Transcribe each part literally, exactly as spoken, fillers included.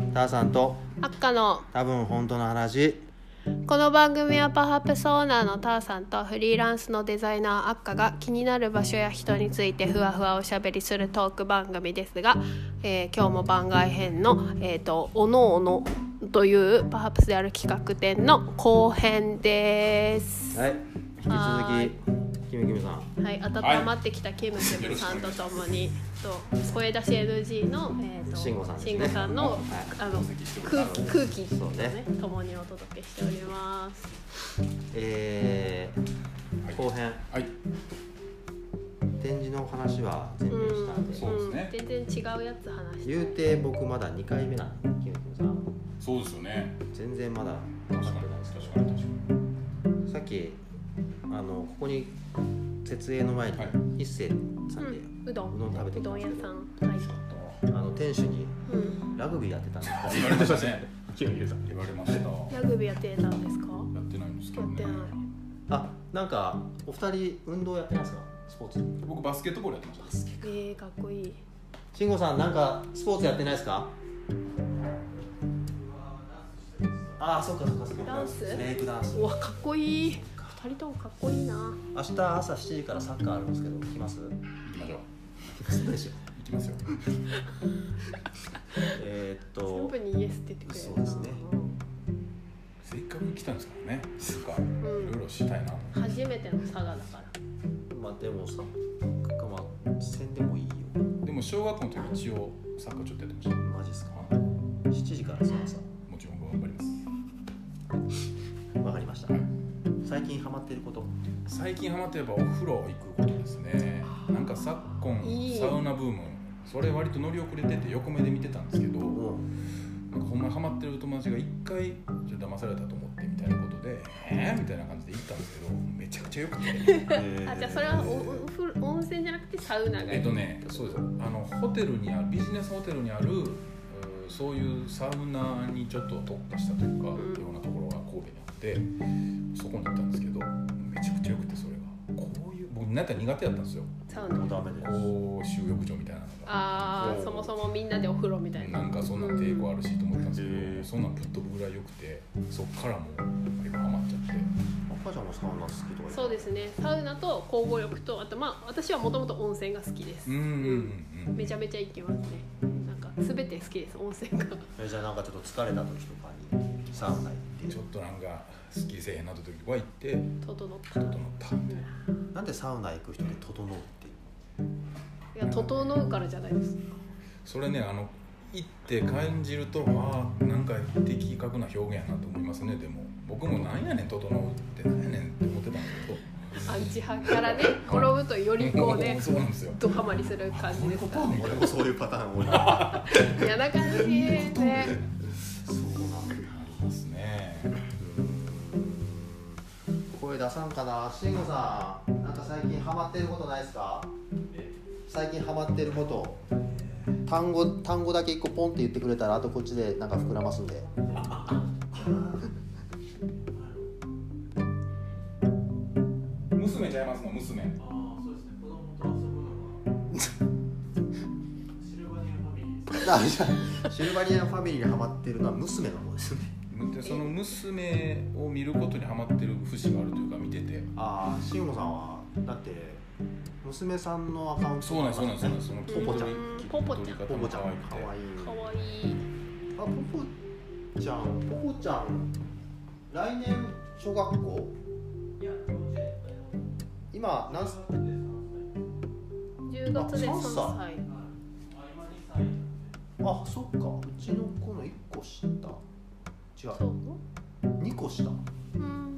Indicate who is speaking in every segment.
Speaker 1: ターさんと
Speaker 2: アッカの
Speaker 1: 多分本当の話。
Speaker 2: この番組はパハプスオーナーのターさんとフリーランスのデザイナーアッカが気になる場所や人についてふわふわおしゃべりするトーク番組ですが、えー、今日も番外編の、えーと、おのおのというパハプスである企画展の後編です。
Speaker 1: はい、引き続きキムキムさん、
Speaker 2: はい、温まってきたキムキムさんとともに、と声出し エヌジー の、えーと
Speaker 1: 慎吾さんですね、
Speaker 2: 慎吾さんの、はい、あの空気空気とね、
Speaker 1: ね
Speaker 2: 共にお届けしております。
Speaker 1: えー、後編、
Speaker 3: はい、
Speaker 1: 展示の話は全然したんで、
Speaker 3: そうですね、
Speaker 2: うん、全然違うやつ話して
Speaker 1: 言うて僕まだにかいめなんで、キムキムさん
Speaker 3: そうですよね。
Speaker 1: 全然まだ分かってないですけど、
Speaker 3: 確かに確かに
Speaker 1: さっきあのここに設営の前に一星さんで、
Speaker 2: うん、うどん
Speaker 1: うどん食べて
Speaker 2: うどん
Speaker 1: きたんですけど、
Speaker 2: 屋さん、はい、
Speaker 1: あの店主に
Speaker 2: うん、
Speaker 1: ラグビーやってたんですか、
Speaker 3: 言われましたね。
Speaker 1: キムキムさん
Speaker 3: 言われました。や
Speaker 2: ラグビーやってたんですか？
Speaker 3: ってないんですけどね
Speaker 2: やってない。
Speaker 1: あ、なんかお二人運動やってないですか？スポーツ。
Speaker 3: 僕バスケットボールやってました。
Speaker 2: えー、かっこいい。
Speaker 1: 慎吾さんなんかスポーツやってないですか？ああ、そっかそっかそっか。
Speaker 2: ダンス？
Speaker 1: メイクダンス。
Speaker 2: うわ、かっこいい。二人ともかっこいいな。
Speaker 1: 明日朝しちじからサッカーあるんですけど、来ます？
Speaker 3: 行きましょう。
Speaker 1: そうでしょ。
Speaker 3: 行きますよ。
Speaker 1: えーっ
Speaker 2: 全
Speaker 1: と
Speaker 2: 部にイエスって言ってくれるな。
Speaker 1: そうですね
Speaker 3: せっかく来たんですからね。なんか
Speaker 2: うん
Speaker 3: いろいろしたいな。
Speaker 2: 初めての佐賀だから。
Speaker 1: まあでもさ、まあせんでもいいよ。
Speaker 3: でも小学校の時一応サッカーちょっとやってました。
Speaker 1: マジっすか？しちじからですか朝。
Speaker 3: もちろん頑張ります。
Speaker 1: わかりました。
Speaker 3: はい、
Speaker 1: 最近ハマってること。
Speaker 3: 最近ハマってやっぱお風呂行くことですね。なんか昨今
Speaker 2: いい
Speaker 3: サウナブーム、それ割と乗り遅れてて横目で見てたんですけど、
Speaker 1: うん
Speaker 3: なんかほんまにハマってる友達が一回ちょっと騙されたと思ってみたいなことで、えーみたいな感じで行ったんですけど、めちゃくちゃ良くて。
Speaker 1: えー
Speaker 2: あ、じゃあそれはおおふる温泉じゃなくてサウナがいい。
Speaker 3: えっとね、そうです。あのホテルにあるビジネスホテルにあるそういうサウナにちょっと特化したというか、うん、ようなところが神戸にあって、そこに行ったんですけど、めちゃくちゃ良くて、それがこういう僕なんか苦手だったんですよ。
Speaker 2: サウナ
Speaker 1: ダメです。
Speaker 3: こう収浴場みたいなのが。
Speaker 2: ああ、そもそもみんなでお風呂みたいな。
Speaker 3: なんかそんな抵抗あるしと思ったんですけど、
Speaker 1: うん、
Speaker 3: そんなんぶっ飛ぶぐらい良くて、そっからもう結構ハマっちゃって。
Speaker 1: 赤ちゃんもサウナ好きとか。
Speaker 2: そうですね。サウナと交互浴と、あとまあ私はもともと温泉が好きです。
Speaker 3: うんうんうん、
Speaker 2: めちゃめちゃ行きますね。なんかすべて好きです、温泉が。
Speaker 1: えじゃあなんかちょっと疲れた時とかにサウナ行って
Speaker 3: ちょっとなんかスッキリせえへんなった時は行って
Speaker 2: 整った
Speaker 3: 整ったみたいな。
Speaker 1: なんでサウナ行く人で整うって
Speaker 2: いや、整うからじゃないですか。
Speaker 3: それね、あの行って感じると、ああなんか的確な表現やなと思いますね。でも僕もなんやねん整うってなんやねんって思ってたんですけど、
Speaker 2: アンチ派からね、転ぶとよりこうね、
Speaker 3: そうなんですよ。
Speaker 2: ドハマりする感じですからね。
Speaker 1: 俺もそういうパターン多いな。
Speaker 2: 嫌な感じね。
Speaker 1: そうなんだ。
Speaker 3: ありますね。
Speaker 1: 声出さんかな。慎吾さん、なんか最近ハマってることないですか？最近ハマってること、単語単語だけ一個ポンって言ってくれたら、あとこっちでなんか膨らますんで。
Speaker 3: 娘ちゃいますの、娘。
Speaker 4: ああ、そうですね。子供と遊ぶのがシルバニアファミリーです。
Speaker 1: あ、じゃあシルバニアファミリーにハマってるのは娘の方ですね。
Speaker 3: でその娘を見ることにハマってる節があるというか、見てて。
Speaker 1: ああ、慎吾さんはだって娘さんのアカウント
Speaker 3: そうなんです、そうなんです、そうなんです。その
Speaker 1: ポポちゃん、
Speaker 2: ポポちゃん、
Speaker 1: ポポちゃん可
Speaker 3: 可愛
Speaker 1: 愛い。
Speaker 2: かわいい。
Speaker 1: あ、ポポちゃん、ポポちゃん、来年小学校？
Speaker 4: いや、幼稚園
Speaker 1: 今何歳？
Speaker 2: じゅうがつでさん
Speaker 1: あさん
Speaker 2: さい。
Speaker 4: あ、今にさい。
Speaker 1: あ、そっか、うちの子のいっこ下。違う、
Speaker 2: そう
Speaker 1: にこ下。
Speaker 2: うん。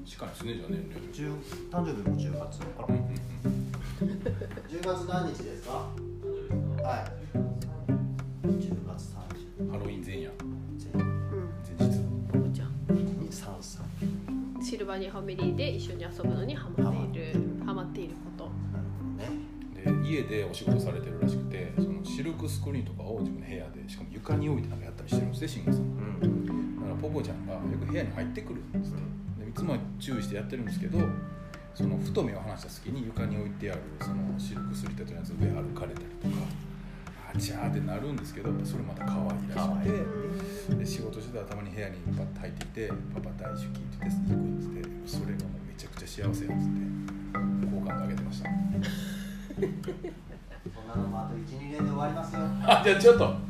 Speaker 3: 近いですね、じゃあ年齢。
Speaker 1: じゅう誕生日もじゅうがつ。あら、
Speaker 3: うんうんうん。
Speaker 1: じゅうがつ何日ですか？はい。じゅうがつさんじゅう。
Speaker 3: ハロウィン前夜、
Speaker 2: うん。
Speaker 3: 前日。
Speaker 2: ポポちゃん。
Speaker 1: にさんさい。
Speaker 2: シルバニアファミリーで一緒に遊ぶのにハマっている、ハマっていること。
Speaker 1: なるほどね。
Speaker 3: で家でお仕事されてるらしくて、そのシルクスクリーンとかを自分の部屋で、しかも床に置いてなんかやったりしてるんですね、慎吾さん。
Speaker 1: うん。
Speaker 3: だからポポちゃんがよく部屋に入ってくるんですって。でいつもは注意してやってるんですけど、そのふと目を離した隙に床に置いてあるそのシルクスリートのやつ上歩かれたりとか、ああちゃーってなるんですけど、それまた可愛いらしくて、で仕事してたらたまに部屋にパッと入ってきてパパ大好きって言って行くんですって、それがもうめちゃくちゃ幸せやんつって好感度上げてました
Speaker 1: そんなのもあと いちにねんで終わりますよ。
Speaker 3: あ、じゃあちょっと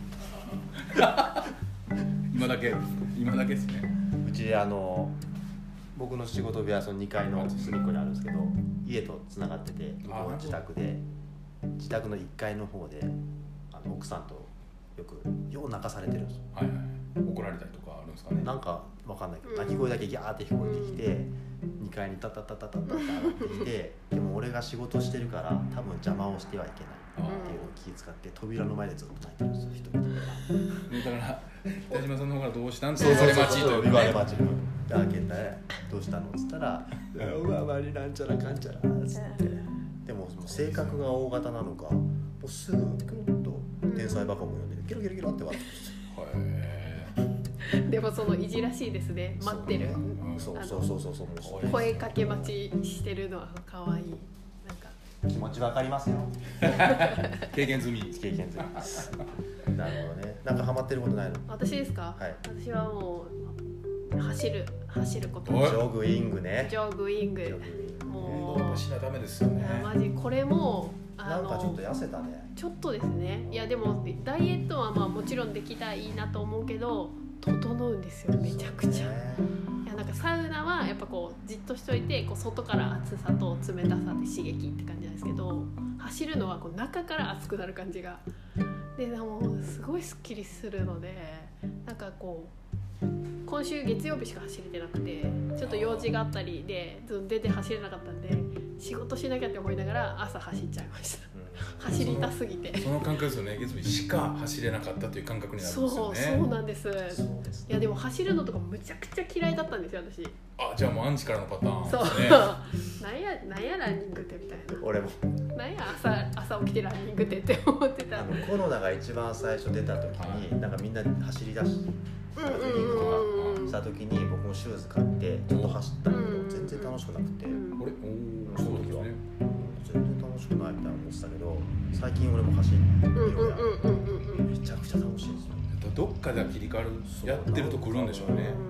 Speaker 3: 今だけ今だけですね。
Speaker 1: うちあの僕の仕事部屋そのにかいの隅っこにあるんですけど、家とつながってて、僕は自宅で自宅のいっかいの方であの奥さんとよくよう泣かされてるんですよ。
Speaker 3: はいはい。怒られたりとかあるんですかね。
Speaker 1: なんかわかんないけど泣き声だけギャーって聞こえてきて、にかいにタタタタタタって上がってきて、でも俺が仕事してるから多分邪魔をしてはいけないっていうのを気遣って扉の前でずっと泣いてるんですよ、一人で。
Speaker 3: だから北島さんの方からどうしたんって言われ待ちという
Speaker 1: 言われ待ちで開けてどうしたのっつったら「うわまりなんちゃらかんちゃら」っつって、でも性格が大型なのかもうすぐクルッと天才バカも呼んでゲロゲロゲロって笑って
Speaker 3: へ
Speaker 2: でもそのいじらしいですね、待ってる、
Speaker 1: そうそうそうそうそうそう、
Speaker 2: 声かけ待ちしてるのは可愛い。なんか
Speaker 1: 気持ちわかりますよ。
Speaker 3: 経験済み。
Speaker 1: 経験済みです。なるほどね。なんかハマってることないの？
Speaker 2: 私ですか？
Speaker 1: はい。
Speaker 2: 私はもう走る走ること。
Speaker 1: ジョグイングね。
Speaker 2: ジョグイング。
Speaker 1: ジョグイング
Speaker 2: も
Speaker 3: 運動しなダメですよね。
Speaker 2: マジこれもあ
Speaker 1: なん
Speaker 2: の
Speaker 1: かちょっと痩せたね。
Speaker 2: ちょっとですね。いやでもダイエットはまあもちろんできたらいいなと思うけど、整うんですよめちゃくちゃ。いやなんかサウナはやっぱこうじっとしといてこう外から暑さと冷たさで刺激って感じなんですけど、走るのはこう中から熱くなる感じがで、もうすごいスッキリするので、なんかこう今週月曜日しか走れてなくてちょっと用事があったりで出て走れなかったんで、仕事しなきゃって思いながら朝走っちゃいました、うん、走りたすぎて
Speaker 3: その感覚ですよね。月曜日しか走れなかったという感覚になるんですよね。
Speaker 2: そうそうなんです。そうです。いやでも走るのとかむちゃくちゃ嫌いだったんですよ私。
Speaker 3: あ、じゃあもうアンチからのパターン
Speaker 2: そう
Speaker 3: ですね。
Speaker 2: なんやなんやランニングってみたいな。
Speaker 1: 俺も。
Speaker 2: なんや朝朝起きてランニングってって思ってた。
Speaker 1: あのコロナが一番最初出た時に、なんかみんな走り出し、なんかジョギングとかした時に僕もシューズ買ってちょっと走ったんだけど全然楽しくなくて、
Speaker 3: あれ、おお、
Speaker 1: その時は
Speaker 3: そうですね。
Speaker 1: 全然楽しくないみたいな思ってたけど、最近俺も走るようになってめちゃくちゃ楽しいんですよ。
Speaker 3: どっかで切り替わるやってると来るんでしょうね。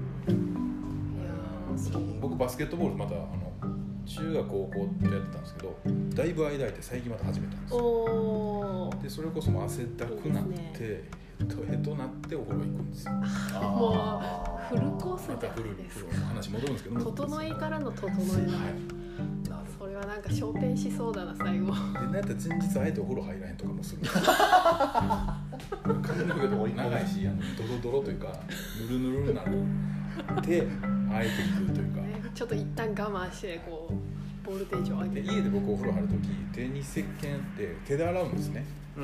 Speaker 3: 僕バスケットボールまたあの中学高校ってやってたんですけど、だいぶ間空いて最近また始めたんですよ。
Speaker 2: お
Speaker 3: でそれこそもう汗だくなってヘトヘトなってお風呂行くんですよ。
Speaker 2: もうフルコースじゃ
Speaker 3: またフルに
Speaker 2: ないですか。
Speaker 3: 話戻るんですけど、
Speaker 2: 整いからの整えだ、
Speaker 3: はい
Speaker 2: それはなんか昇天しそうだな最後。
Speaker 3: でなんやったら前日あえてお風呂入らへんとかもするんですよ。髪の毛と長いし、あのドロドロというかヌルヌルになるであえて行くというか、
Speaker 2: ね、ちょっと一旦我慢してこうボルテージを上げて。
Speaker 3: で家で僕お風呂入るとき手に石鹸って手で洗うんですね。
Speaker 1: うん。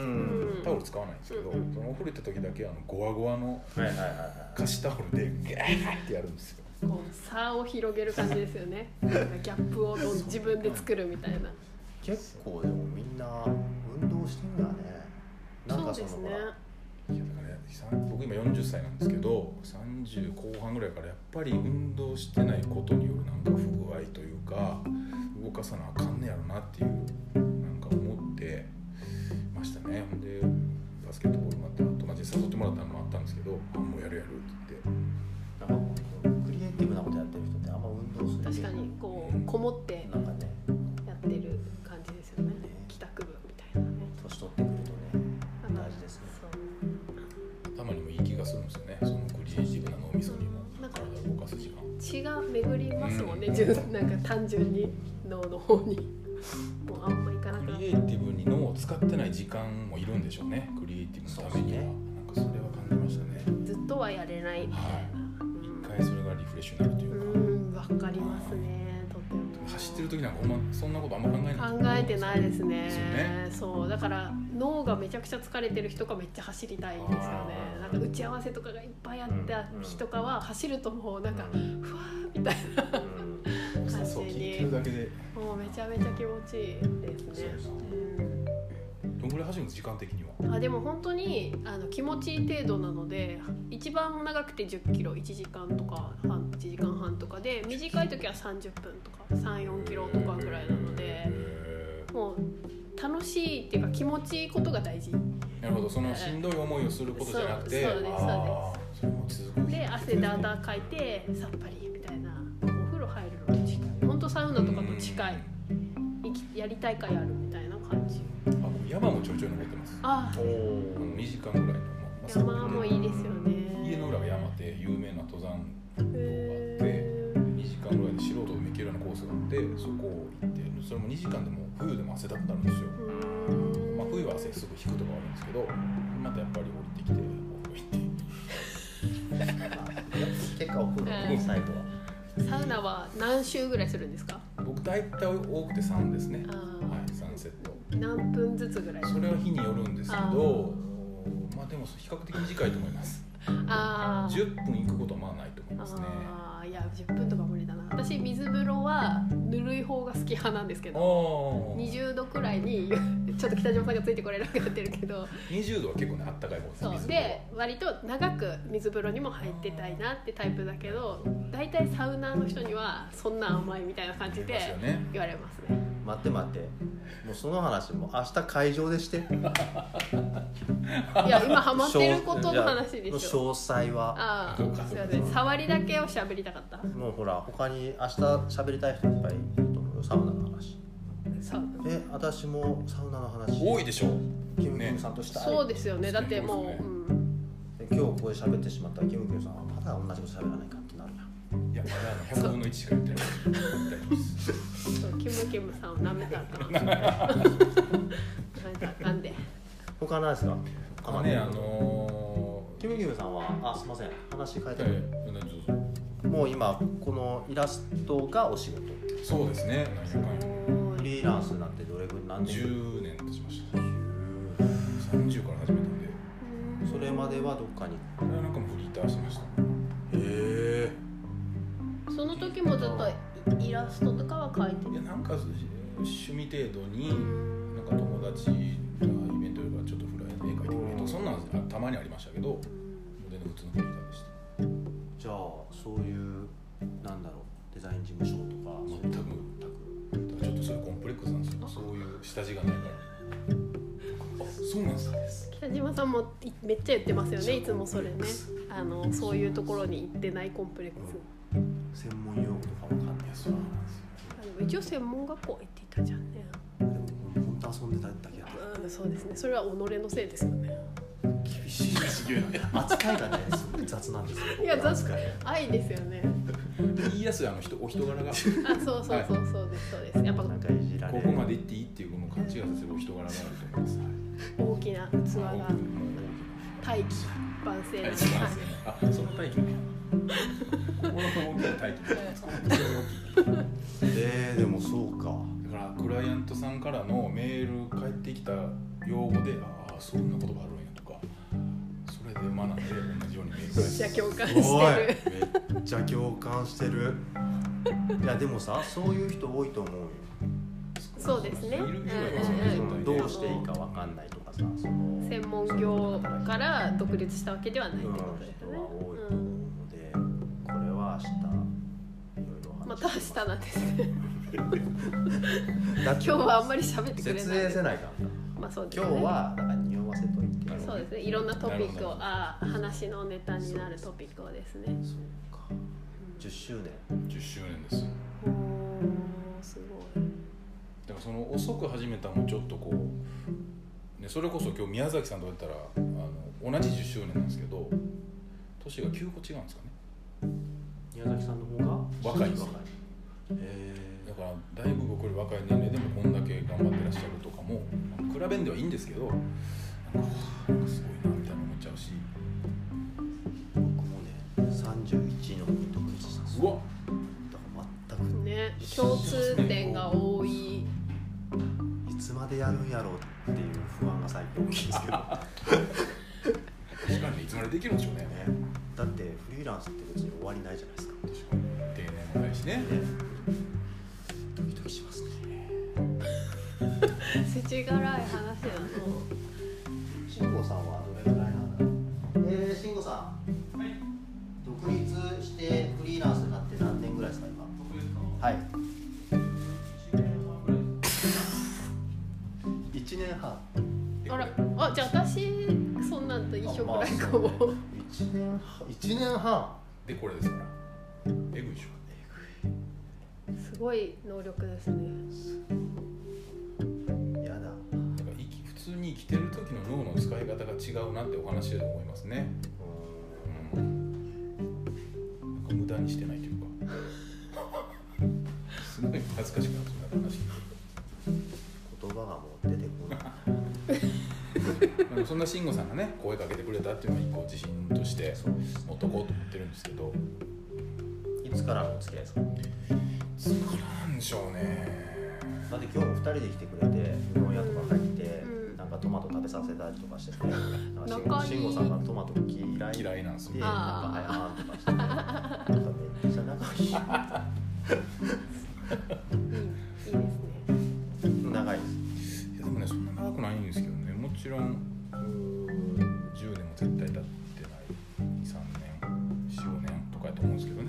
Speaker 3: タオル使わないんですけど、
Speaker 2: うん
Speaker 3: そのお風呂行った時だけあのゴワゴワの
Speaker 1: はいはいはいはい。
Speaker 3: 貸しタオルでギャーってやるんですよ。
Speaker 2: こう差を広げる感じですよね。なんかギャップをどん自分で作るみたいな。
Speaker 1: 結構でもみんな運動してんだね。なんかその
Speaker 2: そうですね。
Speaker 3: いやだからね、僕今よんじゅっさいなんですけど、さんじゅう後半ぐらいからやっぱり運動してないことによるなんか不具合というか動かさなあかんねやろなっていうなんか思ってましたね。ほんでバスケットボールまた友達に誘ってもらったのもあったんですけど、あもうやるやるって言って。
Speaker 1: なんかこうクリエイティブなことやってる人ってあんま運動する
Speaker 2: 確かにこうこもって
Speaker 1: なんかね
Speaker 2: やってる感じですよね。帰宅部みたいなね。
Speaker 1: 年取ってくるとね大事ですね。
Speaker 2: そう
Speaker 3: 頭にもいい気がするんですよね。そのクリエイティブな脳みそにも体を動かす時間。
Speaker 2: 血が巡りますもんね。純なんか単純に脳の方にもうあんまいかなくなっ
Speaker 3: クリエイティブに脳を使ってない時間もいるんでしょうね。クリエイティブのためには、なんかそれは感じましたね。
Speaker 2: ずっとはやれないみたいな。
Speaker 3: 一回それがリフレッシュになるというか。
Speaker 2: うんわかりますね。とても。
Speaker 3: 走ってる時なんかほんまそんなことあんま考えない。
Speaker 2: 考えてないですね。
Speaker 3: ですよね。
Speaker 2: そうだから脳がめちゃくちゃ疲れてる人がめっちゃ走りたいんですよね。なんか打ち合わせとかがいっぱいあった日とかは走るともうなんかふわーみたいな感じに
Speaker 3: 聞いてるだけで
Speaker 2: もうめちゃめちゃ気持ちいいですね。
Speaker 3: どんぐらい走るんです時間的には。
Speaker 2: あでも本当にあの気持ちいい程度なので、一番長くてじゅっキロいちじかんとか半いちじかんはんとかで、短い時はさんじゅっぷんとかさん、よんキロとかぐらいなので、もう楽しいっていうか気持ちいいことが大事。
Speaker 3: なるほど、そのしんどい思いをすることじゃなくて、
Speaker 2: そうそうです
Speaker 3: あーそれも続く
Speaker 2: で汗だんだんかいてさっぱりみたいな、お風呂入るのに近い、本当サウナとかと近い、生きやりたいかやるみたいな感じ。
Speaker 3: あ、僕山もちょいちょい登ってます。
Speaker 2: あ
Speaker 1: お
Speaker 3: あのにじかんぐらいの、まあ、
Speaker 2: 山もいいですよね。
Speaker 3: 家の裏が山で有名な登山道があって
Speaker 2: へ
Speaker 3: にじかんぐらいで素人でも行けるようなコースがあって、そこ行ってそれもにじかんでも冬でも汗だくなるんですよ。まあ、冬は汗すぐ引くとかあるんですけど、またやっぱり降りてきてお風呂行って
Speaker 1: 結果お風呂ね最後は。
Speaker 2: サウナは何周ぐらいするんですか？
Speaker 3: 僕大体多くてさんですね。
Speaker 2: あ
Speaker 3: はい、さんセット。
Speaker 2: 何分ずつぐらい？
Speaker 3: それは日によるんですけど、まあでも比較的短いと思います。
Speaker 2: あ
Speaker 3: じゅっぷん行くことはまあないと思いますね。
Speaker 2: あーいやじゅっぷんとか無理だな。私水風呂はぬるい方が好き派なんですけど、
Speaker 3: あ
Speaker 2: にじゅうどくらいにちょっと北島さんがついてこれなくなってるけど、
Speaker 3: にじゅうどは結構ねあったかい方です。
Speaker 2: そう
Speaker 3: 水風呂は
Speaker 2: で割と長く水風呂にも入ってたいなってタイプだけど、大体サウナーの人にはそんな甘いみたいな感じで
Speaker 3: 言いますよね。
Speaker 2: 言われますね。
Speaker 1: 待って待って、もうその話も明日会場でして。
Speaker 2: いや今ハマってることの話でしょ。
Speaker 1: 詳細は
Speaker 2: ああ、
Speaker 3: そうか
Speaker 2: すいません。触りだけを喋りたかった。
Speaker 1: もうほら他に明日喋りたい人いっぱいいると思うよ、サウナの話。
Speaker 2: サウナ。
Speaker 1: え、私もサウナの話
Speaker 3: 多いでしょう。
Speaker 1: キムキムさんとしたい、
Speaker 2: そうですよね。だってもう、
Speaker 3: そうですね
Speaker 2: うん、
Speaker 1: で今日ここで喋ってしまったらキムキムさんはまだ同じこと喋らないかってなるやん。
Speaker 3: いやまだあのひゃくぶんのいちしか言ってない。
Speaker 2: そうキムキムさんを舐めたらあかん。舐めたらあかんで。
Speaker 1: 他なんですか？
Speaker 3: 他ね、あの
Speaker 1: キムキムさんは、あ、すみません、話変えて
Speaker 3: ー、
Speaker 1: も、
Speaker 3: えー、どうぞ。
Speaker 1: もう今このイラストがお仕事、
Speaker 3: そうですね。何やかんや
Speaker 1: フリーランスになってどれぐらい何年
Speaker 3: じゅうねん経ちました。さんじゅうから始めたんで、
Speaker 1: それまではどっかに。
Speaker 3: これはなんかもうフリーターしてました。
Speaker 1: へえ。
Speaker 2: その時もずっとイラストとかは描いてる。
Speaker 3: いやなんか趣味程度になんか友達がイベントとかちょっとフライで絵描いてくれると、そんなんたまにありましたけど、もう全然普通のフリーターでした。
Speaker 1: じゃあそういうなんだろう、デザイン事務所とか
Speaker 3: 全くだからちょっとそれコンプレックスなんですよ。そういう下地がないから。あ、そうなんですか。
Speaker 2: 北島さんもいめっちゃ言ってますよね。いつもそれね。あのそういうところに行ってないコンプレックス。
Speaker 1: 専門用語とかわかんない。そうなんですよ。
Speaker 2: あの一応専門学校行っていたじゃんね。
Speaker 1: でも本当遊んでただけだった。
Speaker 2: うん、そうですね。それは己のせいですよね。
Speaker 1: 厳しいですよね。扱いがね、すごい雑なんですよ。
Speaker 2: いや雑
Speaker 1: 扱い。
Speaker 2: 愛ですよね。
Speaker 3: 言いやすいあの人お人柄が。
Speaker 2: あ、そうそうそうそうですそうです。やっぱ
Speaker 1: なんかいじられる。
Speaker 3: ここまで行っていいっていうのを勘違いさせるお人柄があると思います。
Speaker 2: 大きな器が大気晩成な。
Speaker 3: 大気なんですよね。あ、その大気ね。ここの大きな大気。
Speaker 1: えー、でもそうか。
Speaker 3: だからクライアントさんからのメール返ってきた用語で、ああそんな言葉あるんやとか、それで学んで同じようにメール返
Speaker 2: めっちゃ
Speaker 3: す。
Speaker 2: 共感してる。
Speaker 1: めっちゃ共感してる。いやでもさ、そういう人多いと思うよ。
Speaker 2: そうですね。
Speaker 3: いるいるいますよね
Speaker 2: うんうん
Speaker 3: 絶対ね
Speaker 1: どうしていいかわかんないとかさ、その
Speaker 2: 専門業から独立したわけではないって
Speaker 1: うん
Speaker 2: ことですよね。
Speaker 1: 人は多いと思う
Speaker 2: うん
Speaker 1: ので、これは明日いろいろ話
Speaker 2: また明日なんですね。
Speaker 1: だって
Speaker 2: 今日はあんまり喋ってくれない。
Speaker 1: 説明せないかんだ。
Speaker 2: まあそうですね。
Speaker 1: 今日はだから匂わせといて。
Speaker 2: そうですね。いろんなトピックを、
Speaker 3: なるほど
Speaker 2: ああ話のネタになるトピックをですね。
Speaker 1: そうか。じゅっしゅうねん。
Speaker 3: じゅっしゅうねんです。
Speaker 2: おーすごい。
Speaker 3: だからその遅く始めたのもちょっとこう、ね、それこそ今日宮崎さんと言ったらあの同じじゅっしゅうねんなんですけど、年がきゅうこ違うんですかね。
Speaker 1: 宮崎さんの方が
Speaker 3: 若いです。
Speaker 1: 若い。へ
Speaker 3: だからだいぶ僕より若い年齢でもこんだけ頑張ってらっしゃるとかも、まあ比べんではいいんですけど、なんかなんかすごいなみたいな思っちゃうし。
Speaker 1: 僕もね、さんじゅういちのに独立したんですよ。
Speaker 3: うわ
Speaker 1: だから全く
Speaker 2: ね、共通点が多い。
Speaker 1: いつまでやるんやろうっていう不安が最近大きいんですけどね。
Speaker 3: 確かにいつまでできるんでしょうね。
Speaker 1: だってフリーランスって別に終わりないじゃないですか。
Speaker 3: 確かに定年もないしね。
Speaker 1: ね、ドキドキしますね。
Speaker 2: 世知辛い話なの。
Speaker 1: 慎吾さんはどれぐらいなんだろう。えー、慎吾さん、はい、独立してフリーランスになって何年ぐらいですか今。
Speaker 4: 僕ですか？
Speaker 1: はい。
Speaker 4: いちねんはんぐらいです。
Speaker 1: ちねんはん。
Speaker 2: あら、あ、じゃあ私そんなんと一緒くらいかも。
Speaker 1: いちねんはん、いちねんは
Speaker 3: でこれですからえぐいでしょ。
Speaker 2: すごい能力ですね。
Speaker 1: ん。やだ。
Speaker 3: だから生き普通に生きてる時の脳の使い方が違うなってお話で思いますね。うん、なんか無駄にしてないというかすごい恥ずかしくなってしまう話。
Speaker 1: 言葉がもう出てこない。
Speaker 3: まあそんな慎吾さんがね声かけてくれたっていうのは一個自信として持っとこうと思ってるんですけど、
Speaker 1: いつからのお付き合いですか？
Speaker 3: いつからなんでしょうね。
Speaker 1: だって今日もふたりで来てくれて、うどん屋とか入って、
Speaker 2: うん、
Speaker 1: なんかトマト食べさせたりとかしてて、なん
Speaker 2: 仲いい
Speaker 1: か慎吾さんがトマト嫌い
Speaker 3: 嫌いなんですよ。
Speaker 1: で、なんかはいあーんとかしてて、なんかめっちゃ仲いい。
Speaker 2: いい、いいですね。
Speaker 1: 長いです。
Speaker 3: いやでもねそんな長くないんですけどね。もちろんじゅうねんも絶対経ってないに、さんねん、よん、ごねんとかやと思うんですけどね。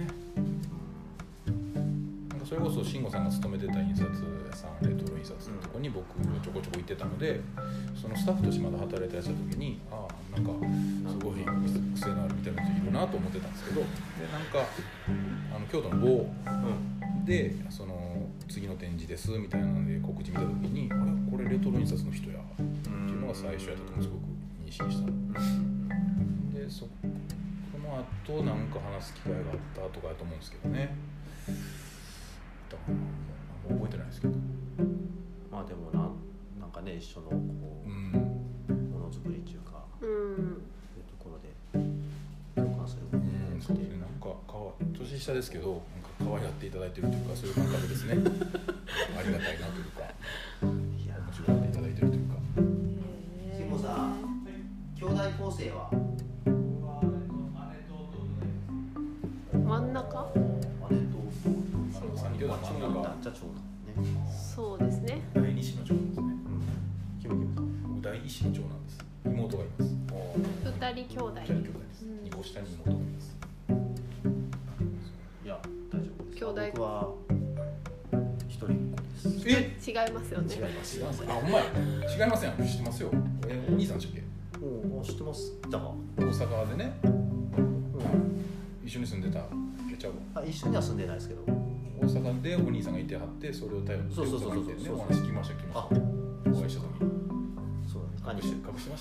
Speaker 3: なんかそれこそ慎吾さんが勤めてた印刷屋さん、レトロ印刷のとこに僕ちょこちょこ行ってたので、そのスタッフとしてまだ働いてらっしゃった時に、ああなんかすごい癖のあるみたいな人いるなと思ってたんですけど、でなんかあの京都の某でその次の展示ですみたいなので告知見た時に、あれこれレトロ印刷の人やっていうのが最初やったとすごく認識したので、そこの後なんか話す機会があったとかやと思うんですけどね。だからもう覚えてないですけど、
Speaker 1: まあでもな、なんかね一緒のこう、
Speaker 3: うん、
Speaker 1: ものづくりっていうか、
Speaker 2: うん。
Speaker 1: そういうところで共感する部分が
Speaker 3: うん、そうですね。なんかかわ年下ですけど、なんか可愛がっていただいてるというか、そういう感覚ですね。ありがたいなというか、
Speaker 1: いや
Speaker 3: 面白がっていただいてるというか。
Speaker 1: 慎吾さん、兄弟構成は
Speaker 2: 真ん中？
Speaker 1: 姉と
Speaker 3: あの三兄弟の真ん中、
Speaker 1: じゃあ長男ね。
Speaker 2: そうですね。
Speaker 3: 第二子の長男ですね。
Speaker 1: キムキムさん。
Speaker 3: 僕第一子の長男です。妹がいます。
Speaker 2: 二人兄弟。
Speaker 3: 二人兄弟です。二個下に妹がいます。
Speaker 1: いや大丈夫です。
Speaker 2: 兄弟
Speaker 1: 僕は一人っ子です。
Speaker 3: え？
Speaker 2: 違いますよね。
Speaker 1: 違います。違います。
Speaker 3: あ、ほんまや。違いますやん。知ってますよ。え、お兄さんでしたっけ？
Speaker 1: おお知ってます。だか
Speaker 3: 大阪でね、
Speaker 1: ら。
Speaker 3: 一緒に住んでた。えちゃうわ。
Speaker 1: あ一緒には住んでないですけど。
Speaker 3: 大阪でお兄さんがいてはって、それを頼って
Speaker 1: そうそうそうそう
Speaker 3: 大阪にいてね、
Speaker 1: そう
Speaker 3: お話聞きました聞きま
Speaker 1: あ
Speaker 3: した。お会いした時に
Speaker 1: そう
Speaker 3: 隠して隠してました。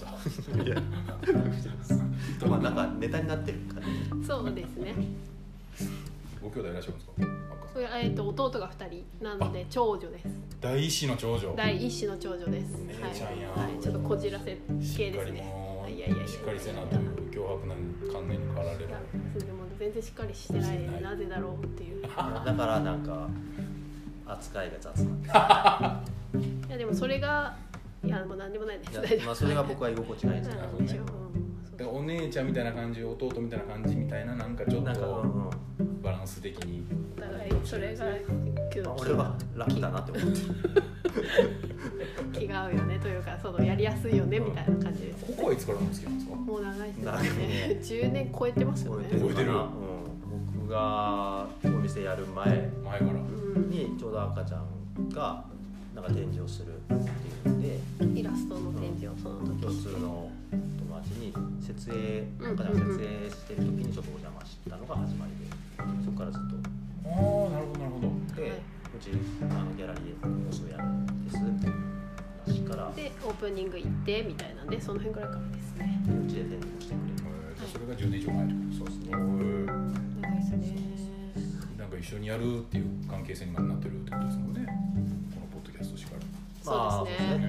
Speaker 1: いや隠してます。まあなんかネタになってる感じ。
Speaker 2: そうですね。
Speaker 3: ご兄弟いらっしゃるんですか？あっか
Speaker 2: それえっと弟が二人なので長女です。
Speaker 3: 第一子の長女。
Speaker 2: 第一子の長女です。
Speaker 3: 姉ちゃんや
Speaker 2: はい、はい、ちょっとこじらせ
Speaker 3: しっかり
Speaker 2: 系ですね。
Speaker 3: もう
Speaker 2: いやいやいや
Speaker 3: しっかりせなという脅迫な観念に駆られる。
Speaker 2: いやそれでも全然しっかりしてないでなぜだろうっていう。い
Speaker 1: だからなんか扱いが雑なんで
Speaker 2: やでもそれがいやもう何でもないです。
Speaker 1: す。い
Speaker 2: 大丈夫
Speaker 1: やまあそれが僕は居心地がいいんですけど。
Speaker 2: うん一応うん
Speaker 3: だからお姉ちゃんみたいな感じ、弟みたいな感じみたいな、なんかちょっ
Speaker 1: なんかうん
Speaker 3: と
Speaker 1: うん
Speaker 3: バランス的に。
Speaker 2: お互いそれが
Speaker 1: まあ俺は楽だなって思ってる。
Speaker 2: 気が合うよねというかそのやりやすいよねみたいな感じです。
Speaker 3: ここはいつからの付き合いなんですか？
Speaker 2: もう長いです
Speaker 1: 長い
Speaker 2: ね
Speaker 1: ね。
Speaker 2: じゅうねん超えてますよね。
Speaker 3: 覚えてる
Speaker 1: かな。うん。僕がお店やる前
Speaker 3: 前から。
Speaker 2: うん
Speaker 1: にちょうど赤ちゃんがなんか展示をするっていうんで。
Speaker 2: イラストの展示をその時
Speaker 1: 共
Speaker 2: して
Speaker 1: 通の友達に設営なんか設営してる時にちょっとお邪魔したのが始まりで、そこからずっと
Speaker 3: ああ、なるほどなるほど。
Speaker 1: で、
Speaker 2: はいう
Speaker 1: ちあのギャラリーもうすぐやるんですって話から
Speaker 2: でオープニング行ってみたいなんでその辺くらいからですね。
Speaker 1: うちで展示をしてくれる。
Speaker 3: えーじゃあそれがじゅうねん以上前ってこと
Speaker 1: そうですね。
Speaker 3: へー
Speaker 2: 長いですね。
Speaker 3: なんか一緒にやるっていう関係性にまでなってるってことですもんね。このポッドキャストしかり。
Speaker 2: そうですね。
Speaker 3: まあ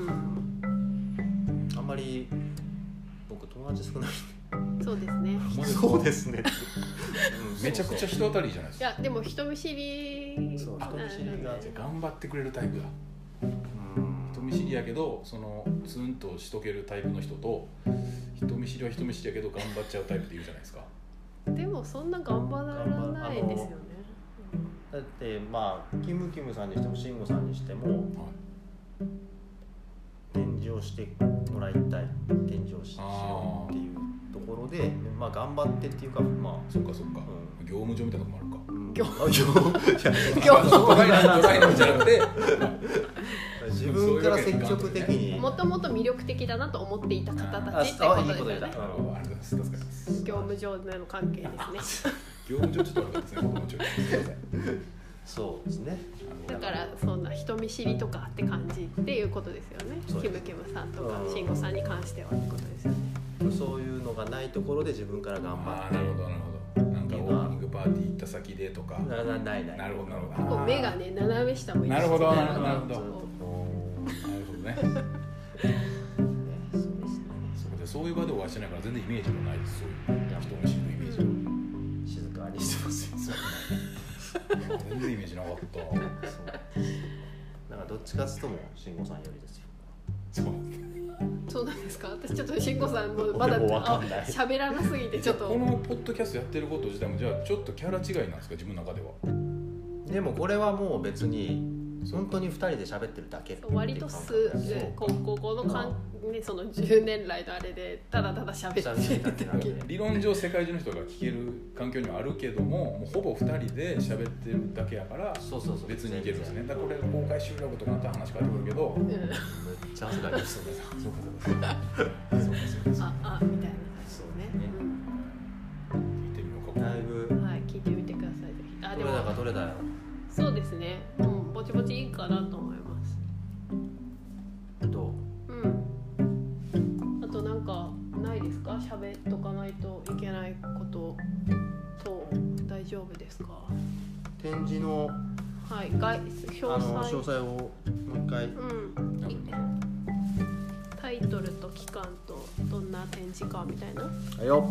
Speaker 2: うん。
Speaker 1: あんまり僕友達少ない。
Speaker 2: そうですね。
Speaker 1: そうですね。
Speaker 3: めちゃくちゃ人当たりじゃないですか。
Speaker 2: いやでも人見知り。
Speaker 1: そう人見知りが
Speaker 3: じゃあ頑張ってくれるタイプだ。
Speaker 1: うん
Speaker 3: 人見知りやけどそのツンとしとけるタイプの人と、人見知りは人見知りやけど頑張っちゃうタイプっているじゃないですか。
Speaker 2: でもそんな頑張らないですよね。
Speaker 1: だってまあキムキムさんにしても慎吾さんにしても
Speaker 3: はい
Speaker 1: 展示をしてもらいたい展示をししようっていうところで、まあ、頑張ってっていうか、まあ
Speaker 3: そっかそっか、
Speaker 1: うん、
Speaker 3: 業務上みたいなとこもあるか、
Speaker 1: うん、
Speaker 2: 業
Speaker 1: 業
Speaker 2: 業
Speaker 3: ドライなドライなじゃなくて
Speaker 1: 自分から積極的に
Speaker 2: もともと魅力的だなと思っていた方たちって
Speaker 1: あ
Speaker 2: ことですよね。
Speaker 1: いいこと言った
Speaker 3: なるほど、ありがとうございます。助かります
Speaker 2: 業務上での関係ですね。
Speaker 3: 業務上ちょっと悪かったですね、僕もちょっとすいません。
Speaker 1: そうですね。
Speaker 2: だからそんな人見知りとかって感じっていうことですよね。
Speaker 1: そうです
Speaker 2: キムキムさんとか
Speaker 1: うん
Speaker 2: 慎吾さんに関してはってことですよね。
Speaker 1: そういうのがないところで自分から頑張
Speaker 3: あ
Speaker 1: って
Speaker 3: ーなるほどなるほど。なんかオープニングパーティー行った先でとか。
Speaker 1: ななないない
Speaker 3: なるほどなるほど。
Speaker 2: 結構目がね斜め下向いて
Speaker 3: なるほどなるほどなるほど
Speaker 1: ずっとこう
Speaker 3: なるほどね。
Speaker 1: ねそうですね。
Speaker 3: そうでそういう場でお会いしてないから全然イメージもないです。そういう人見知りのイメージは。
Speaker 1: 静かにしてますよ。
Speaker 3: 全然イメージなかった。
Speaker 1: そうなんかどっちかっつうとも慎吾さんよりですよ。
Speaker 3: そう。
Speaker 2: そうなんですか。私ちょっと慎吾さんもまだ
Speaker 1: 俺もわかんない
Speaker 2: あ喋らなすぎてちょっと
Speaker 3: このポッドキャストやってること自体もじゃあちょっとキャラ違いなんですか、自分の中では。
Speaker 1: でもこれはもう別に本当にふたりで喋ってるだけっていう感覚
Speaker 2: 割とす
Speaker 1: そう
Speaker 2: 高校のかん、ね、そのじゅうねん来のあれでただただ喋って
Speaker 1: 喋ってるだけなんで
Speaker 3: 理論上世界中の人が聞ける環境にはあるけども、もうほぼふたりで喋ってるだけやから
Speaker 1: そうそうそう
Speaker 3: 別にいけるんですね。だからこれ公開収録とかなったら話変わってくるけど、
Speaker 2: うん
Speaker 1: めっちゃ汗かいてそうです
Speaker 3: そうかそうかそうかそうか
Speaker 2: ああみたいな感じ
Speaker 1: そう
Speaker 2: ね
Speaker 1: ね
Speaker 3: 聞いてみようか。
Speaker 1: だいぶ
Speaker 2: うんはい聞いてみてくださいぜひ。あでも
Speaker 1: どれだかどれだよ
Speaker 2: そうですね。うんぼちぼちいいかなと思います。
Speaker 1: ど
Speaker 2: うんあとなんかないですか、喋っとかないといけないことと大丈夫ですか。
Speaker 1: う展示の
Speaker 2: はい概
Speaker 1: あ
Speaker 2: 詳
Speaker 1: の
Speaker 2: 細
Speaker 1: 詳細をもう一回
Speaker 2: うん
Speaker 3: 頑張りましょう。
Speaker 2: タイトルと期間とどんな展示かみたいな。
Speaker 1: はいよ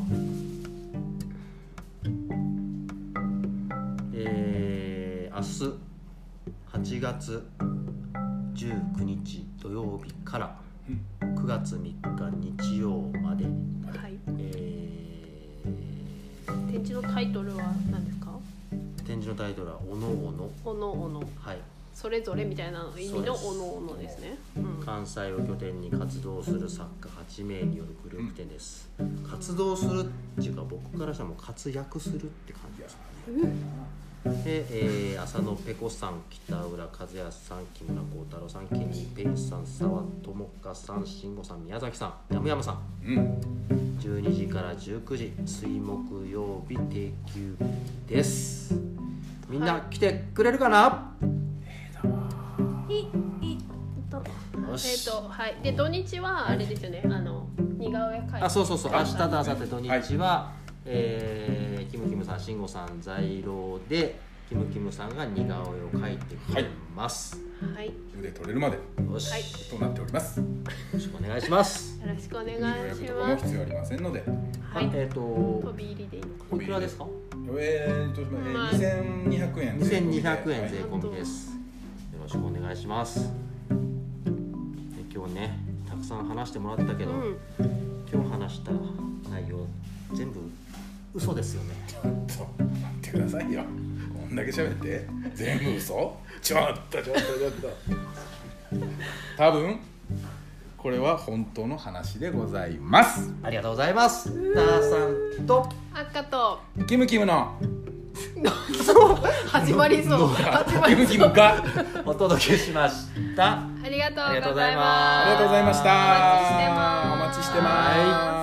Speaker 1: えー、明日はちがつじゅうくにち土曜日からくがつみっか日曜まで、
Speaker 2: はい
Speaker 1: え
Speaker 2: 展示のタイトルは何ですか。
Speaker 1: ー、展示のタイトルはおのおの、
Speaker 2: おのおの
Speaker 1: はい、
Speaker 2: それぞれみたいな意味の
Speaker 1: そうです
Speaker 2: おのおのですね。うん
Speaker 1: 関西を拠点に活動する作家はちめいによるグループ展です、活動するっていうか僕からしたらもう活躍するって感じですで、えー、浅野ペコさん、北浦和也さん、木村幸太郎さん、ケニーペイさん、沢智香さん、慎吾さん、宮崎さん、山山さん、
Speaker 3: うん。
Speaker 1: じゅうにじからじゅうくじ、水木曜日定休日です。みんな来てくれるかな？
Speaker 2: いいいと
Speaker 1: よ
Speaker 2: えっ、
Speaker 1: し、
Speaker 2: とはいで土日はあれですよね、あの似顔絵描いて
Speaker 1: あ、そうそうそう、明日と明後日土日は、
Speaker 3: は
Speaker 1: えーキムキムさん、慎吾さん在廊でキムキムさんが似顔絵を描いてくれます。
Speaker 2: はいよ
Speaker 3: 腕取れるまで
Speaker 1: よし、
Speaker 2: はい
Speaker 3: となっております。
Speaker 1: よろしくお願いします。
Speaker 2: ろしくお願い
Speaker 3: 予約
Speaker 2: し
Speaker 3: とかも
Speaker 2: ます。
Speaker 3: 必要ありませんので、
Speaker 2: はい
Speaker 1: えっ、
Speaker 2: 飛
Speaker 1: と、
Speaker 2: び入りでいいのか
Speaker 1: おいくらですか？
Speaker 3: えーと、え
Speaker 2: まあ
Speaker 3: ー、にせんにひゃくえん
Speaker 1: にせんにひゃくえん
Speaker 3: はい
Speaker 1: 税込みです。よろしくお願いします。で今日ね、たくさん話してもらったけど、
Speaker 2: うん
Speaker 1: 今日話した内容全部嘘ですよね。
Speaker 3: ちょっと待ってくださいよ。こんだけ喋って全部嘘？ちょっとちょっとちょっと多分これは本当の話でございます。
Speaker 1: ありがとうございます。ターさんと
Speaker 2: 赤と
Speaker 3: キムキムの
Speaker 2: 始まりそう始ま
Speaker 3: キム
Speaker 2: りそう。
Speaker 3: キムが
Speaker 1: お届けしました。
Speaker 2: ありがとう
Speaker 1: ありがとうござい
Speaker 2: ござい
Speaker 1: ます
Speaker 3: ありがとうございました。
Speaker 2: お待ちしてます
Speaker 3: お待ちしてます。